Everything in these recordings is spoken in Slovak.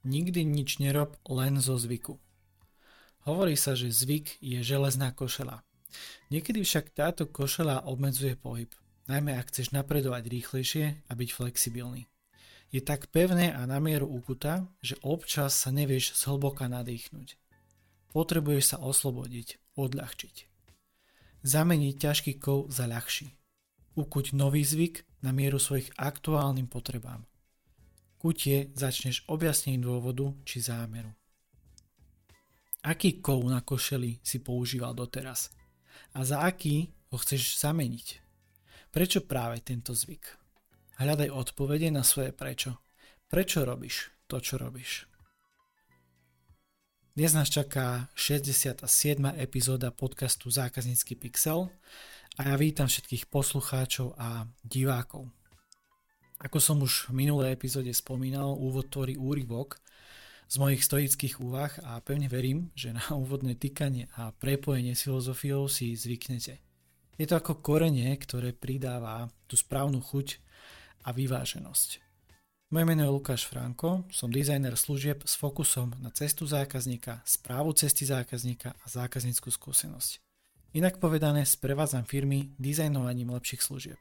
Nikdy nič nerob len zo zvyku. Hovorí sa, že zvyk je železná košeľa. Niekedy však táto košeľa obmedzuje pohyb, najmä ak chceš napredovať rýchlejšie a byť flexibilný. Je tak pevné a na mieru ukutá, že občas sa nevieš zhlboka nadýchnuť. Potrebuješ sa oslobodiť, odľahčiť. Zameniť ťažký kov za ľahší. Ukuť nový zvyk na mieru svojich aktuálnym potrebám. Kutie začneš objasnením dôvodu či zámeru. Aký kov na košeli si používal doteraz? A za aký ho chceš zameniť? Prečo práve tento zvyk? Hľadaj odpovede na svoje prečo. Prečo robíš to, čo robíš? Dnes nás čaká 67. epizóda podcastu Zákaznícky pixel a ja vítam všetkých poslucháčov a divákov. Ako som už v minulej epizóde spomínal, úvod tvorí úryvok z mojich stoických úvah a pevne verím, že na úvodné tykanie a prepojenie s filozofiou si zvyknete. Je to ako korenie, ktoré pridáva tú správnu chuť a vyváženosť. Moje meno je Lukáš Franko, som dizajner služieb s fokusom na cestu zákazníka, správu cesty zákazníka a zákaznícku skúsenosť. Inak povedané, sprevádzam firmy dizajnovaním lepších služieb.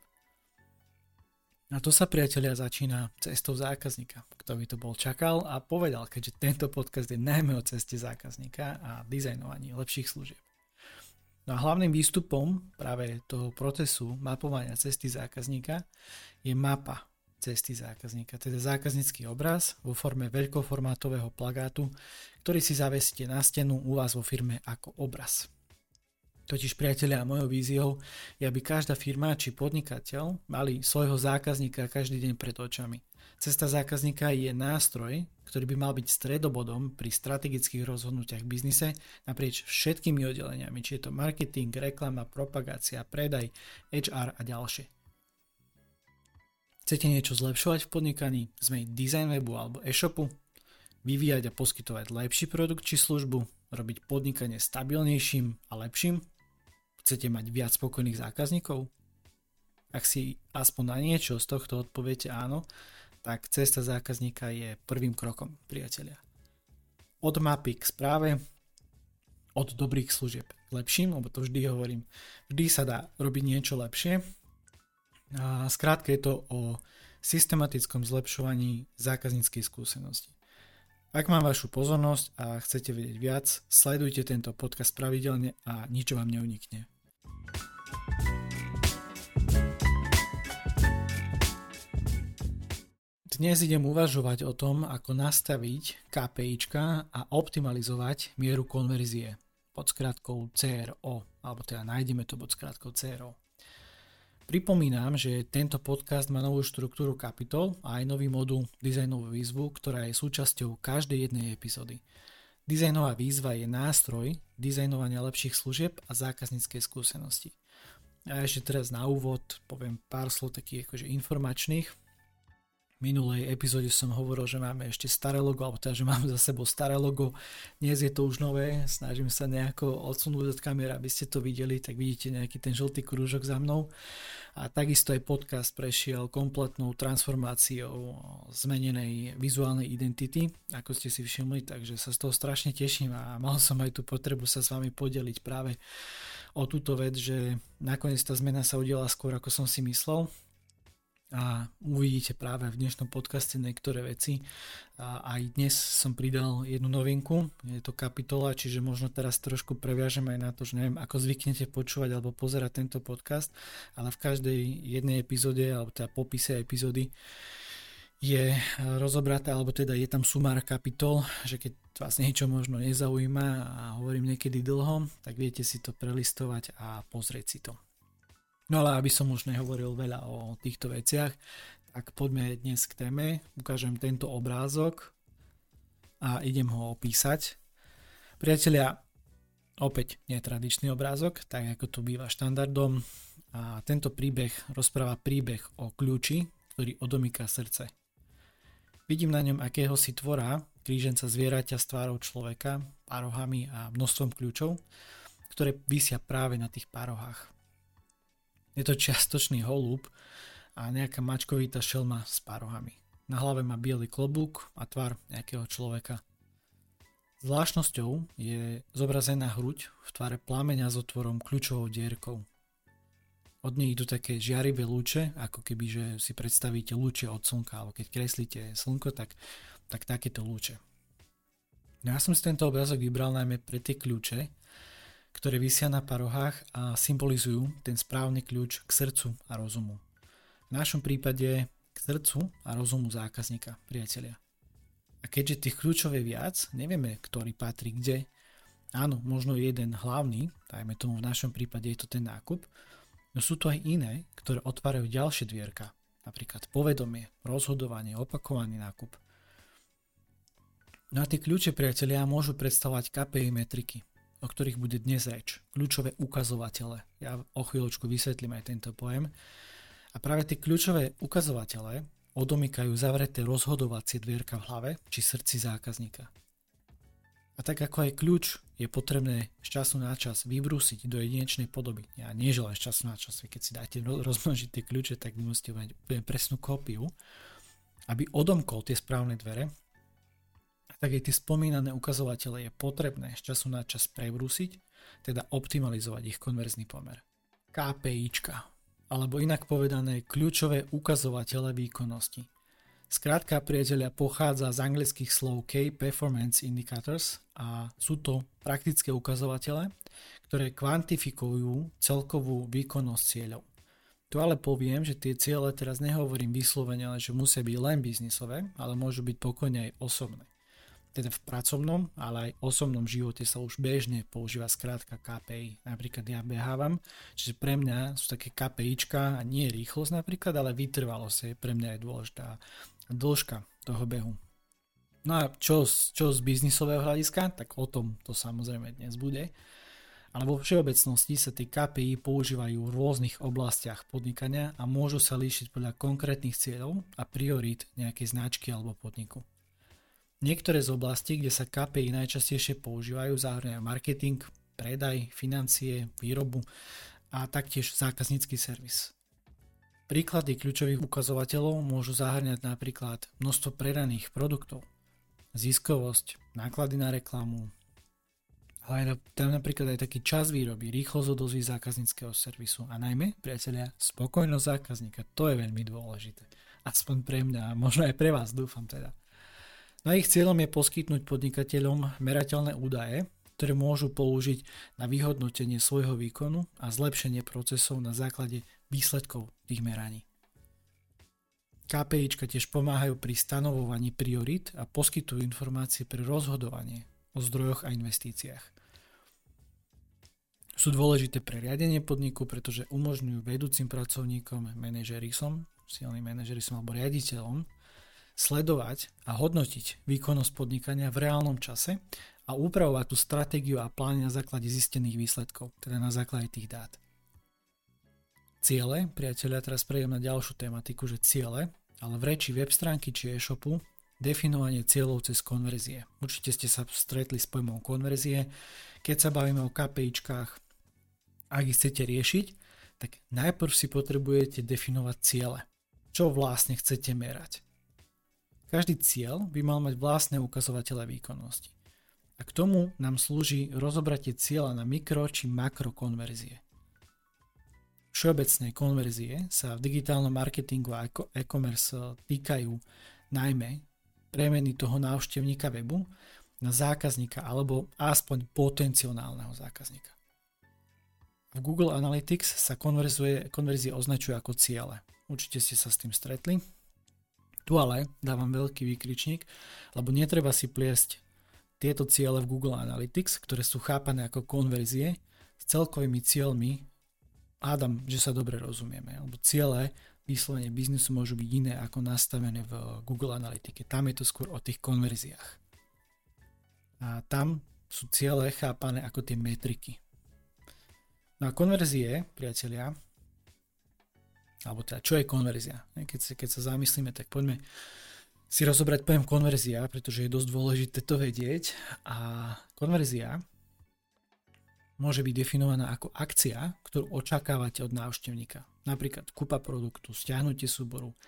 A to sa, priatelia, začína cestou zákazníka. Kto by to bol čakal a povedal, keďže tento podcast je najmä o ceste zákazníka a dizajnovaní lepších služieb. No a hlavným výstupom práve toho procesu mapovania cesty zákazníka je mapa cesty zákazníka, teda zákaznícky obraz vo forme veľkoformátového plagátu, ktorý si zavesíte na stenu u vás vo firme ako obraz. Totiž, priatelia, mojou víziou je, aby každá firma či podnikateľ mali svojho zákazníka každý deň pred očami. Cesta zákazníka je nástroj, ktorý by mal byť stredobodom pri strategických rozhodnutiach v biznise naprieč všetkými oddeleniami, či je to marketing, reklama, propagácia, predaj, HR a ďalšie. Chcete niečo zlepšovať v podnikaní, zmeniť dizajn webu alebo e-shopu, vyvíjať a poskytovať lepší produkt či službu, robiť podnikanie stabilnejším a lepším? Chcete mať viac spokojných zákazníkov? Ak si aspoň na niečo z tohto odpoviete áno, tak cesta zákazníka je prvým krokom, priatelia. Od mapy k správe, od dobrých služieb k lepším, lebo to vždy hovorím, vždy sa dá robiť niečo lepšie. A skrátka je to o systematickom zlepšovaní zákazníckej skúsenosti. Ak mám vašu pozornosť a chcete vedieť viac, sledujte tento podcast pravidelne a nič vám neunikne. Dnes idem uvažovať o tom, ako nastaviť KPIčka a optimalizovať mieru konverzie pod skratkou CRO, alebo teda nájdeme to pod skratkou CRO. Pripomínam, že tento podcast má novú štruktúru kapitol a aj nový modul dizajnovú výzvu, ktorá je súčasťou každej jednej epizódy. Dizajnová výzva je nástroj dizajnovania lepších služieb a zákazníckej skúsenosti. A ešte teraz na úvod poviem pár slov takých akože informačných. V minulej epizóde som hovoril, že máme ešte staré logo, alebo teda, že máme za sebou staré logo. Dnes je to už nové, snažím sa nejako odsunúť od kamery, aby ste to videli, tak vidíte nejaký ten žltý krúžok za mnou. A takisto aj podcast prešiel kompletnou transformáciou zmenenej vizuálnej identity, ako ste si všimli, takže sa z toho strašne teším a mal som aj tú potrebu sa s vami podeliť práve o túto vec, že nakoniec tá zmena sa udiala skôr, ako som si myslel. A uvidíte práve v dnešnom podcaste niektoré veci. A aj dnes som pridal jednu novinku, je to kapitola, čiže možno teraz trošku previažem aj na to, že neviem, ako zvyknete počúvať alebo pozerať tento podcast, ale v každej jednej epizóde, alebo teda popise epizódy je rozobratá, alebo teda je tam sumár kapitol, že keď vás niečo možno nezaujíma a hovorím niekedy dlho, tak viete si to prelistovať a pozrieť si to. No ale aby som už nehovoril veľa o týchto veciach, tak poďme dnes k téme. Ukážem tento obrázok a idem ho opísať. Priatelia, opäť netradičný obrázok, tak ako to býva štandardom. A tento príbeh rozpráva príbeh o kľúči, ktorý odomýka srdce. Vidím na ňom akéhosi tvora, kríženca zvieraťa s tvárou človeka, párohami a množstvom kľúčov, ktoré visia práve na tých párohách. Je to čiastočný holub a nejaká mačkovitá šelma s párohami. na hlave má biely klobúk a tvar nejakého človeka. Zvláštnosťou je zobrazená hruď v tvare plameňa s otvorom kľúčovou dierkou. Od nej idú také žiarivé lúče, ako keby že si predstavíte lúče od slnka, alebo keď kreslíte slnko, tak takéto lúče. No ja som si tento obrázok vybral najmä pre tie kľúče, ktoré visia na parohách a symbolizujú ten správny kľúč k srdcu a rozumu. V našom prípade k srdcu a rozumu zákazníka, priatelia. A keďže tých kľúčov je viac, nevieme, ktorý patrí kde. Áno, možno jeden hlavný, dajme tomu v našom prípade je to ten nákup, no sú to aj iné, ktoré otvárajú ďalšie dvierka, napríklad povedomie, rozhodovanie, opakovaný nákup. No a tie kľúče, priatelia, môžu predstavovať KPI metriky, o ktorých bude dnes reč, kľúčové ukazovatele. Ja o chvíľočku vysvetlím aj tento pojem. A práve tie kľúčové ukazovatele odomykajú zavreté rozhodovacie dvierka v hlave či srdci zákazníka. A tak ako aj kľúč je potrebné z času na čas vybrúsiť do jedinečnej podoby. Ja neželám z času na čas, keď si dáte rozmnožiť tie kľúče, tak vy musíte mať presnú kópiu, aby odomkol tie správne dvere. A tak aj tie spomínané ukazovatele je potrebné z času na čas prebrúsiť, teda optimalizovať ich konverzný pomer. KPIčka. Alebo inak povedané kľúčové ukazovatele výkonnosti. Skrátka, priatelia, pochádza z anglických slov Key Performance Indicators a sú to praktické ukazovatele, ktoré kvantifikujú celkovú výkonnosť cieľov. Tu ale poviem, že tie ciele teraz nehovorím vyslovene, že musia byť len biznisové, ale môžu byť pokojne aj osobné. Teda v pracovnom, ale aj osobnom živote sa už bežne používa skrátka KPI. Napríklad ja behávam, čiže pre mňa sú také KPIčka a nie rýchlosť napríklad, ale vytrvalosť je pre mňa aj dôležitá dĺžka toho behu. No a čo z biznisového hľadiska, tak o tom to samozrejme dnes bude. Ale vo všeobecnosti sa tie KPI používajú v rôznych oblastiach podnikania a môžu sa líšiť podľa konkrétnych cieľov a priorít nejakej značky alebo podniku. Niektoré z oblastí, kde sa KPI najčastejšie používajú, zahrňajú marketing, predaj, financie, výrobu a taktiež zákaznícky servis. Príklady kľúčových ukazovateľov môžu zahrňať napríklad množstvo predaných produktov, ziskovosť, náklady na reklamu, ale tam napríklad aj taký čas výroby, rýchlosť odozvy zákazníckeho servisu a najmä, priatelia, spokojnosť zákazníka. To je veľmi dôležité. Aspoň pre mňa a možno aj pre vás, dúfam teda. No ich cieľom je poskytnúť podnikateľom merateľné údaje, ktoré môžu použiť na vyhodnotenie svojho výkonu a zlepšenie procesov na základe výsledkov tých meraní. KPIčka tiež pomáhajú pri stanovovaní priorít a poskytujú informácie pre rozhodovanie o zdrojoch a investíciách. Sú dôležité pre riadenie podniku, pretože umožňujú vedúcim pracovníkom, manažerisom, silným manažerisom alebo riaditeľom sledovať a hodnotiť výkonnosť podnikania v reálnom čase a upravovať tú stratégiu a plány na základe zistených výsledkov, teda na základe tých dát. Ciele, priatelia, teraz prejdem na ďalšiu tematiku, že ciele, ale v reči web stránky či e-shopu definovanie cieľov cez konverzie. Určite ste sa stretli s pojmom konverzie. Keď sa bavíme o KPIčkách, ak ich chcete riešiť, tak najprv si potrebujete definovať ciele. Čo vlastne chcete merať? Každý cieľ by mal mať vlastné ukazovatele výkonnosti. A k tomu nám slúži rozobratie cieľa na mikro či makro konverzie. Všeobecné konverzie sa v digitálnom marketingu a e-commerce týkajú najmä premeny toho návštevníka webu na zákazníka alebo aspoň potenciálneho zákazníka. V Google Analytics sa konverzie označujú ako ciele. Určite ste sa s tým stretli. Tu ale dávam veľký výkričník, lebo netreba si pliesť tieto ciele v Google Analytics, ktoré sú chápané ako konverzie, s celkovými cieľmi. Hádam, že sa dobre rozumieme, lebo ciele vyslovene biznisu môžu byť iné ako nastavené v Google Analytike. Tam je to skôr o tých konverziách. A tam sú ciele chápané ako tie metriky. No a konverzie, priatelia, alebo teda čo je konverzia? Keď sa zamyslíme, tak poďme si rozobrať pojem konverzia, pretože je dosť dôležité to vedieť. A konverzia môže byť definovaná ako akcia, ktorú očakávate od návštevníka. Napríklad kúpa produktu, stiahnutie súboru,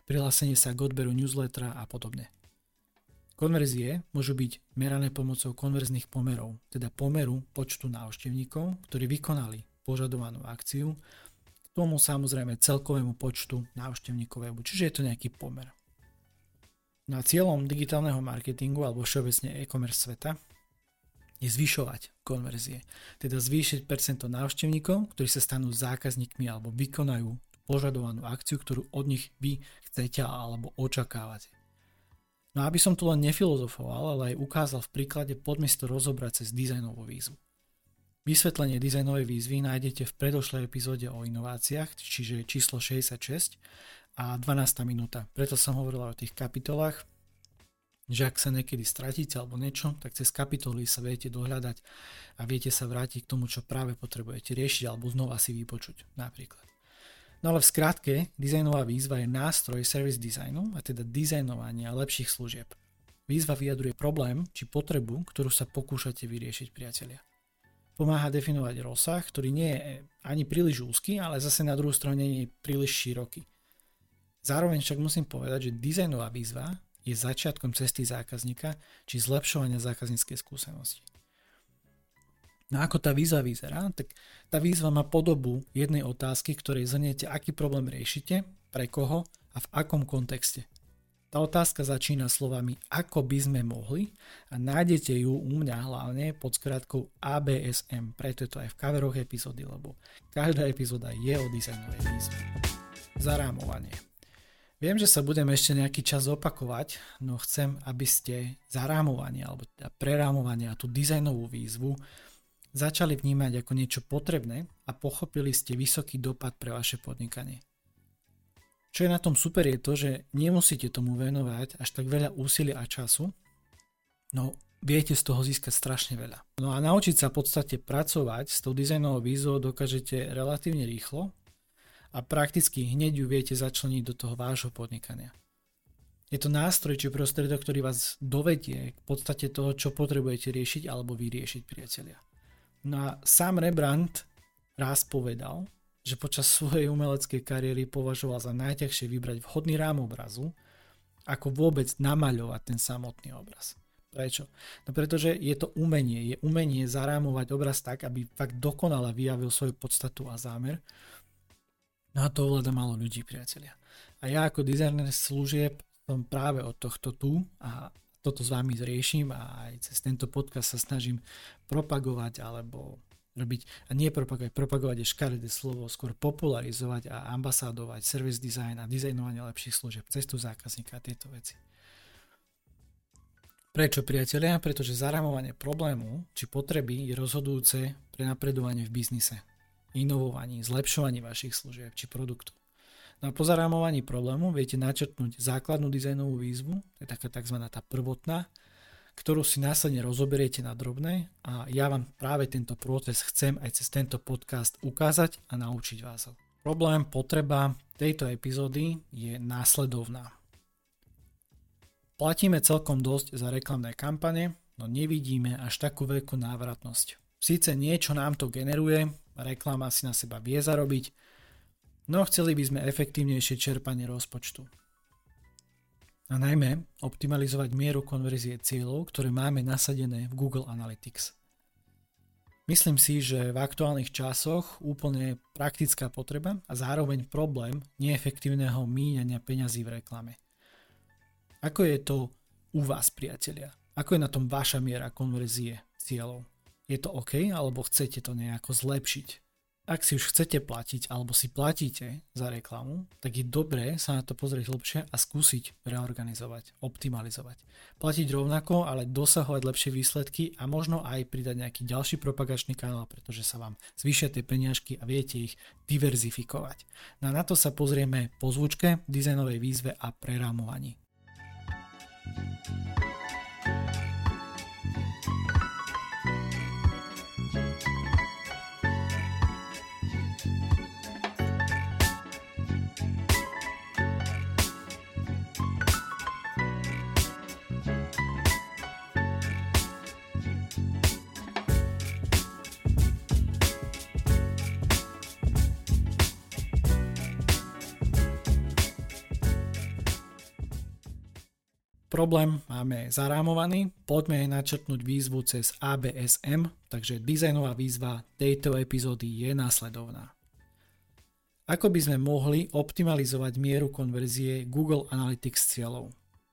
prihlásenie sa k odberu newslettera a podobne. Konverzie môžu byť merané pomocou konverzných pomerov, teda pomeru počtu návštevníkov, ktorí vykonali požadovanú akciu, k tomu samozrejme celkovému počtu návštevníkov webu, čiže je to nejaký pomer. No a cieľom digitálneho marketingu alebo všeobecne e-commerce sveta je zvyšovať konverzie, teda zvýšiť percento návštevníkov, ktorí sa stanú zákazníkmi alebo vykonajú požadovanú akciu, ktorú od nich vy chcete alebo očakávate. No a aby som tu len nefilozofoval, ale aj ukázal v príklade, poďme si to rozobrať cez dizajnovú výzvu. Vysvetlenie dizajnovej výzvy nájdete v predošlej epizóde o inováciách, čiže číslo 66 a 12. minúta. Preto som hovoril o tých kapitolách, že ak sa niekedy stratíte alebo niečo, tak cez kapitoly sa viete dohľadať a viete sa vrátiť k tomu, čo práve potrebujete riešiť alebo znova si vypočuť napríklad. No ale v skratke, dizajnová výzva je nástroj service designu, a teda dizajnovania lepších služieb. Výzva vyjadruje problém či potrebu, ktorú sa pokúšate vyriešiť, priatelia. Pomáha definovať rozsah, ktorý nie je ani príliš úzky, ale zase na druhú stranu nie je príliš široký. Zároveň však musím povedať, že dizajnová výzva je začiatkom cesty zákazníka či zlepšovania zákazníckej skúsenosti. No ako tá výzva vyzerá? Tak tá výzva má podobu jednej otázky, ktorej zhrniete, aký problém riešite, pre koho a v akom kontexte. Tá otázka začína slovami ako by sme mohli a nájdete ju u mňa hlavne pod skratkou ABSM, preto je to aj v coveroch epizódy, lebo každá epizóda je o dizajnovej výzve. Zarámovanie. Viem, že sa budem ešte nejaký čas opakovať, no chcem, aby ste zarámovanie alebo prerámovanie a tú dizajnovú výzvu začali vnímať ako niečo potrebné a pochopili ste vysoký dopad pre vaše podnikanie. Čo je na tom super je to, že nemusíte tomu venovať až tak veľa úsilia a času, no viete z toho získať strašne veľa. No a naučiť sa v podstate pracovať s tou dizajnovou výzvou dokážete relatívne rýchlo a prakticky hneď ju viete začleniť do toho vášho podnikania. Je to nástroj či prostriedok, ktorý vás dovedie k podstate toho, čo potrebujete riešiť alebo vyriešiť, priatelia. No a sám Rembrandt raz povedal, že počas svojej umeleckej kariéry považoval za najťažšie vybrať vhodný rám obrazu, ako vôbec namaľovať ten samotný obraz. Prečo? No pretože je to umenie. Je umenie zarámovať obraz tak, aby fakt dokonale vyjavil svoju podstatu a zámer. No a to ovláda málo ľudí, priatelia. A ja ako dizajner služieb som práve od tohto tu a toto s vami riešim a aj cez tento podcast sa snažím propagovať alebo robiť, a nie propagovať je škaredé slovo, skôr popularizovať a ambasádovať service design a dizajnovanie lepších služieb, cestu zákazníka a tieto veci. Prečo, priatelia? Pretože zarámovanie problému či potreby je rozhodujúce pre napredovanie v biznise, inovovaní, zlepšovaní vašich služieb či produktov. Na pozarámovaní problému viete načrtnúť základnú dizajnovú výzvu, to je taká tzv. Tá prvotná, ktorú si následne rozoberiete na drobné a ja vám práve tento proces chcem aj cez tento podcast ukázať a naučiť vás ho. Problém, potreba tejto epizódy je následovná. Platíme celkom dosť za reklamné kampane, no nevidíme až takú veľkú návratnosť. Síce niečo nám to generuje, reklama si na seba vie zarobiť, no chceli by sme efektívnejšie čerpanie rozpočtu. A najmä optimalizovať mieru konverzie cieľov, ktoré máme nasadené v Google Analytics. Myslím si, že v aktuálnych časoch úplne praktická potreba a zároveň problém neefektívneho míňania peňazí v reklame. Ako je to u vás, priatelia? Ako je na tom vaša miera konverzie cieľov? Je to OK, alebo chcete to nejako zlepšiť? Ak si už chcete platiť alebo si platíte za reklamu, tak je dobré sa na to pozrieť hlbšie a skúsiť reorganizovať, optimalizovať. Platiť rovnako, ale dosahovať lepšie výsledky a možno aj pridať nejaký ďalší propagačný kanál, pretože sa vám zvýšia tie peniažky a viete ich diverzifikovať. No a na to sa pozrieme po zvučke, dizajnovej výzve a prerámovaní. problém máme zarámovaný, poďme načrtnúť výzvu cez ABSM, takže dizajnová výzva tejto epizódy je následovná. Ako by sme mohli optimalizovať mieru konverzie Google Analytics cieľov?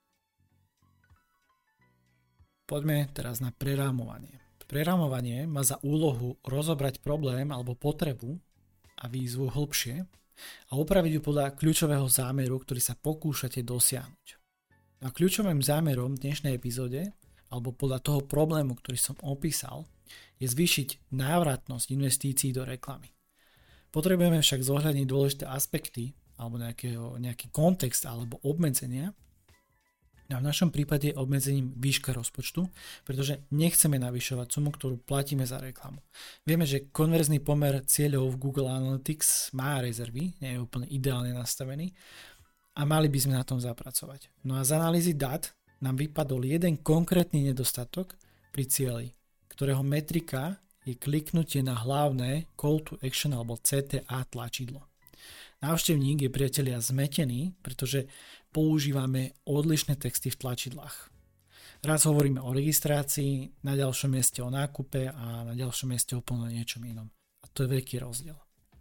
Poďme teraz na prerámovanie. Prerámovanie má za úlohu rozobrať problém alebo potrebu a výzvu hĺbšie a upraviť ju podľa kľúčového zámeru, ktorý sa pokúšate dosiahnuť. A kľúčovým zámerom dnešnej epizóde, alebo podľa toho problému, ktorý som opísal, je zvýšiť návratnosť investícií do reklamy. Potrebujeme však zohľadniť dôležité aspekty, alebo nejaký kontext alebo obmedzenia. A v našom prípade je obmedzením výška rozpočtu, pretože nechceme navyšovať sumu, ktorú platíme za reklamu. Vieme, že konverzný pomer cieľov v Google Analytics má rezervy, nie je úplne ideálne nastavený, a mali by sme na tom zapracovať. No a z analýzy dát nám vypadol jeden konkrétny nedostatok pri cieli, ktorého metrika je kliknutie na hlavné Call to Action alebo CTA tlačidlo. Návštevník je, priatelia, zmetený, pretože používame odlišné texty v tlačidlách. Raz hovoríme o registrácii, na ďalšom mieste o nákupe a na ďalšom mieste o úplne niečom inom. A to je veľký rozdiel.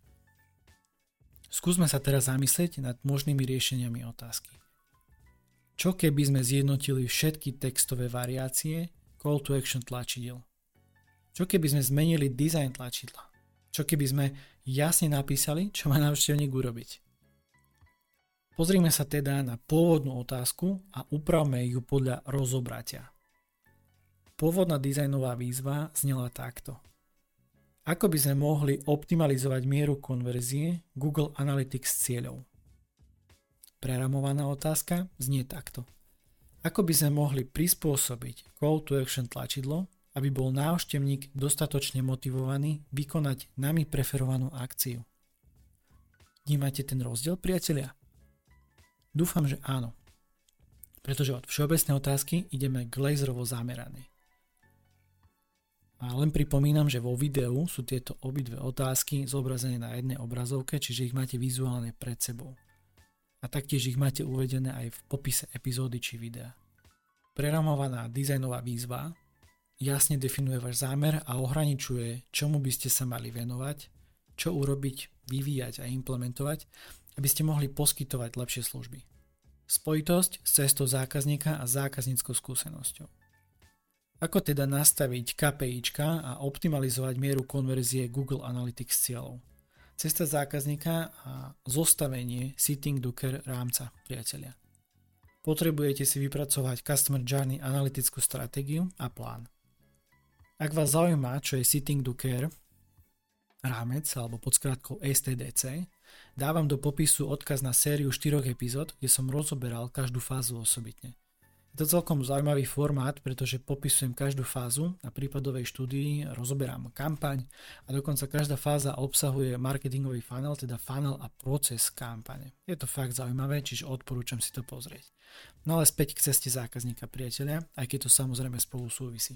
Skúsme sa teraz zamyslieť nad možnými riešeniami otázky. Čo keby sme zjednotili všetky textové variácie Call to Action tlačidiel? Čo keby sme zmenili dizajn tlačidla? Čo keby sme jasne napísali, čo má návštevník urobiť? Pozrime sa teda na pôvodnú otázku a upravme ju podľa rozobratia. Pôvodná dizajnová výzva znela takto. Ako by sme mohli optimalizovať mieru konverzie Google Analytics cieľov? Preramovaná otázka znie takto. Ako by sme mohli prispôsobiť Call to Action tlačidlo, aby bol návštevník dostatočne motivovaný vykonať nami preferovanú akciu? Vnímate ten rozdiel, priatelia? Dúfam, že áno. Pretože od všeobecnej otázky ideme k laserovo zameranej. A len pripomínam, že vo videu sú tieto obidve otázky zobrazené na jednej obrazovke, čiže ich máte vizuálne pred sebou. A taktiež ich máte uvedené aj v popise epizódy či videa. Preramovaná dizajnová výzva jasne definuje váš zámer a ohraničuje, čomu by ste sa mali venovať, čo urobiť, vyvíjať a implementovať, aby ste mohli poskytovať lepšie služby. Spojitosť s cestou zákazníka a zákazníckou skúsenosťou. Ako teda nastaviť KPIčka a optimalizovať mieru konverzie Google Analytics cieľov? Cesta zákazníka a zostavenie Sitting Docker rámca, priatelia. Potrebujete si vypracovať Customer Journey analytickú stratégiu a plán. Ak vás zaujíma, čo je Sitting Docker rámec alebo pod skratkou STDC, dávam do popisu odkaz na sériu 4 epizód, kde som rozoberal každú fázu osobitne. Je to celkom zaujímavý formát, pretože popisujem každú fázu na prípadovej štúdii, rozoberám kampaň a dokonca každá fáza obsahuje marketingový funnel, teda funnel a proces kampane. Je to fakt zaujímavé, čiže odporúčam si to pozrieť. No ale späť k ceste zákazníka, priatelia, aj keď to samozrejme spolu súvisí.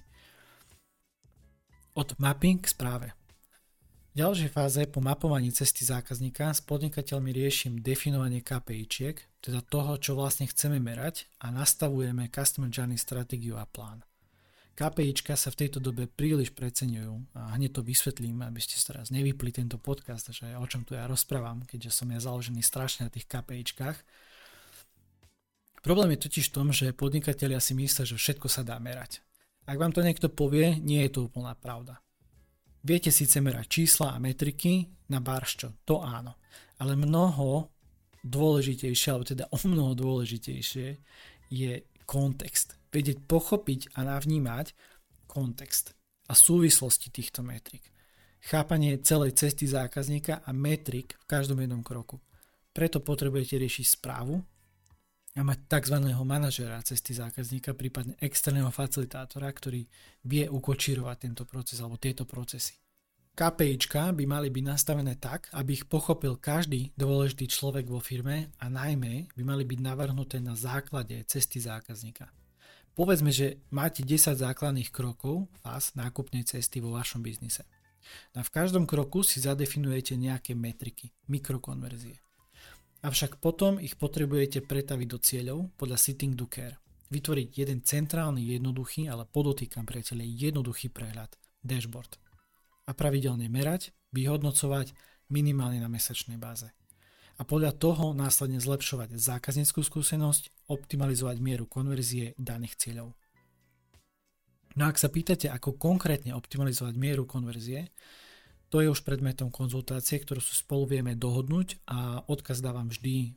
Od mapping k správe. V ďalšej fáze po mapovaní cesty zákazníka s podnikateľmi riešim definovanie KPIčiek, teda toho, čo vlastne chceme merať a nastavujeme Customer Journey stratégiu a plán. KPIčka sa v tejto dobe príliš preceňujú a hneď to vysvetlím, aby ste sa teraz nevypli tento podcast, že o čom tu ja rozprávam, keďže som ja založený strašne na tých KPIčkách. Problém je totiž v tom, že podnikatelia si myslia, že všetko sa dá merať. Ak vám to niekto povie, nie je to úplná pravda. Viete síce merať čísla a metriky na barščo, to áno, ale mnoho dôležitejšie, alebo teda o mnoho dôležitejšie je kontext. Vedieť pochopiť a navnímať kontext a súvislosti týchto metrik. Chápanie celej cesty zákazníka a metrik v každom jednom kroku. Preto potrebujete riešiť správu a mať tzv. Manažera cesty zákazníka, prípadne externého facilitátora, ktorý vie ukočírovať tento proces alebo tieto procesy. KPIčka by mali byť nastavené tak, aby ich pochopil každý dôležitý človek vo firme a najmä by mali byť navrhnuté na základe cesty zákazníka. Povedzme, že máte 10 základných krokov fáz nákupnej cesty vo vašom biznise. A v každom kroku si zadefinujete nejaké metriky, mikrokonverzie. Avšak potom ich potrebujete pretaviť do cieľov podľa Sitting Docker. vytvoriť jeden centrálny, jednoduchý, ale podotýkam priateľe, jednoduchý prehľad, dashboard. A pravidelne merať, vyhodnocovať minimálne na mesačnej báze. A podľa toho následne zlepšovať zákazníckú skúsenosť, optimalizovať mieru konverzie daných cieľov. No a ak sa pýtate, ako konkrétne optimalizovať mieru konverzie, to je už predmetom konzultácie, ktorú si spolu vieme dohodnúť a odkaz dávam vždy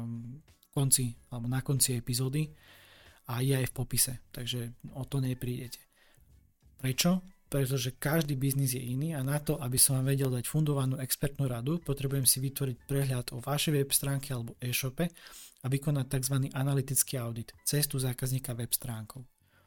na konci epizódy a je aj v popise, takže o to neprídete. Prečo? Pretože každý biznis je iný a na to, aby som vám vedel dať fundovanú expertnú radu, potrebujem si vytvoriť prehľad o vašej web stránke alebo e-shope a vykonať tzv. Analytický audit, cestu zákazníka web stránkou.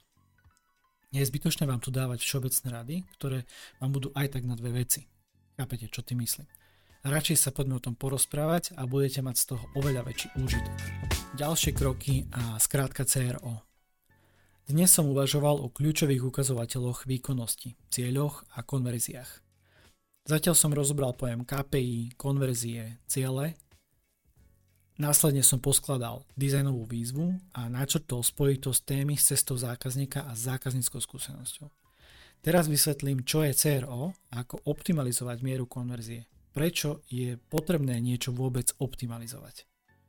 Je zbytočné vám tu dávať všeobecné rady, ktoré vám budú aj tak na dve veci. Chápete, čo ty myslím? Radšej sa poďme o tom porozprávať a budete mať z toho oveľa väčší úžitok. Ďalšie kroky a skrátka CRO. Dnes som uvažoval o kľúčových ukazovateľoch výkonnosti, cieľoch a konverziách. Zatiaľ som rozobral pojem KPI, konverzie, ciele. Následne som poskladal dizajnovú výzvu a načrtol spojitosť témy s cestou zákazníka a zákazníckou skúsenosťou. Teraz vysvetlím, čo je CRO a ako optimalizovať mieru konverzie. Prečo je potrebné niečo vôbec optimalizovať.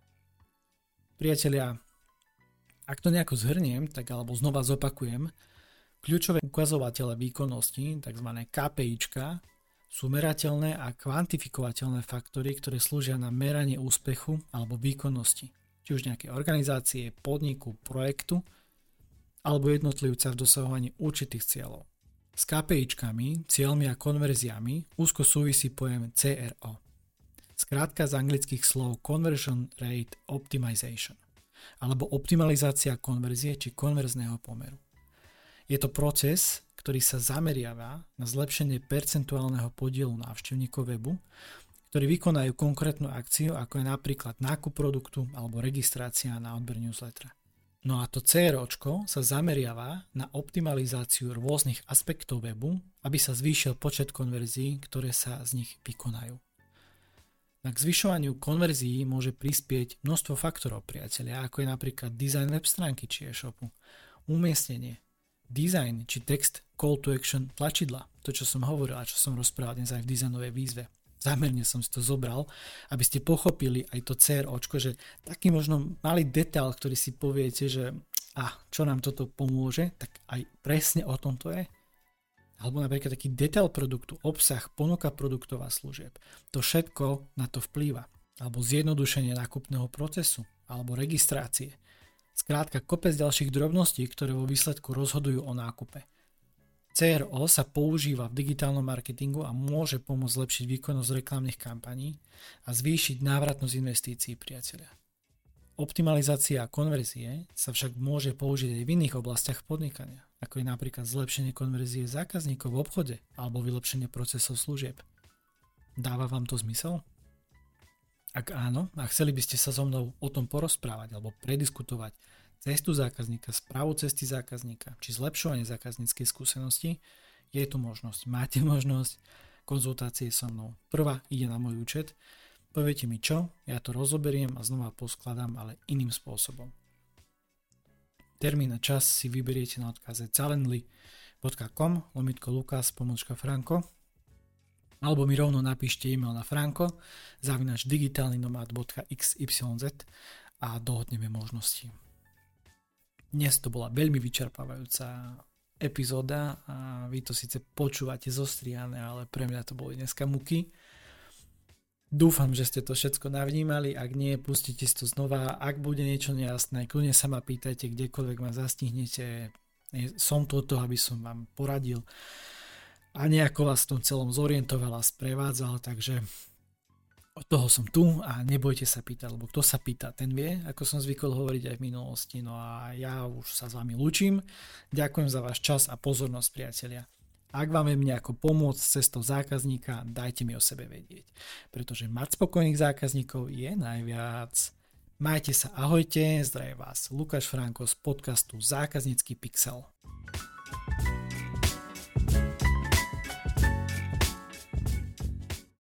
Priatelia, ak to nejako zhrniem, tak alebo znova zopakujem, kľúčové ukazovatele výkonnosti, tzv. KPIčka, sú merateľné a kvantifikovateľné faktory, ktoré slúžia na meranie úspechu alebo výkonnosti, či už nejakej organizácie, podniku, projektu, alebo jednotlivca v dosahovaní určitých cieľov. S KPIčkami, cieľmi a konverziami úzko súvisí pojem CRO. Skrátka z anglických slov Conversion Rate Optimization, alebo optimalizácia konverzie či konverzného pomeru. Je to proces, ktorý sa zameriava na zlepšenie percentuálneho podielu návštevníkov webu, ktorí vykonajú konkrétnu akciu, ako je napríklad nákup produktu alebo registrácia na odber newslettera. No a to CROčko sa zameriava na optimalizáciu rôznych aspektov webu, aby sa zvýšil počet konverzií, ktoré sa z nich vykonajú. K zvyšovaniu konverzií môže prispieť množstvo faktorov, priatelia, ako je napríklad dizajn web stránky či e-shopu, umiestnenie, dizajn či text call to action tlačidla, to čo som hovoril a čo som rozprával dnes aj v dizajnovej výzve. Zámerne som si to zobral, aby ste pochopili aj to CROčko, že taký možno malý detail, ktorý si poviete, že čo nám toto pomôže, tak aj presne o tom to je. Alebo napríklad taký detail produktu, obsah, ponuka produktov a služieb. To všetko na to vplýva. Alebo zjednodušenie nákupného procesu, alebo registrácie. Skrátka kopec ďalších drobností, ktoré vo výsledku rozhodujú o nákupe. CRO sa používa v digitálnom marketingu a môže pomôcť zlepšiť výkonnosť reklamných kampaní a zvýšiť návratnosť investícií, priatelia. Optimalizácia konverzie sa však môže použiť aj v iných oblastiach podnikania, ako je napríklad zlepšenie konverzie zákazníkov v obchode alebo vylepšenie procesov služieb. Dáva vám to zmysel? Ak áno, a chceli by ste sa so mnou o tom porozprávať alebo prediskutovať cestu zákazníka, správu cesty zákazníka či zlepšovanie zákazníckej skúsenosti, je tu možnosť. Máte možnosť konzultácie so mnou. Prvá ide na môj účet. Poviete mi čo, ja to rozoberiem a znova poskladám, ale iným spôsobom. Termín a čas si vyberiete na odkaze calendly.com/Lukas_Franko alebo mi rovno napíšte e-mail na franko@digitalnynomad.xyz a dohodneme možnosti. Dnes to bola veľmi vyčerpávajúca epizóda a vy to síce počúvate zostrihané, ale pre mňa to boli dneska muky. Dúfam, že ste to všetko navnímali, ak nie, pustite si to znova, ak bude niečo nejasné, kľudne sa ma pýtajte, kdekoľvek ma zastihnete, som tu od toho, aby som vám poradil a nejako vás v tom celom zorientoval a sprevádzal, takže od toho som tu a nebojte sa pýtať, lebo kto sa pýta, ten vie, ako som zvykol hovoriť aj v minulosti. No a ja už sa s vami lúčim. Ďakujem za váš čas a pozornosť, priatelia. Ak vám viem nejako pomôcť s cestou zákazníka, dajte mi o sebe vedieť. Pretože mať spokojných zákazníkov je najviac. Majte sa, ahojte, zdraví vás Lukáš Franko z podcastu Zákaznícky pixel.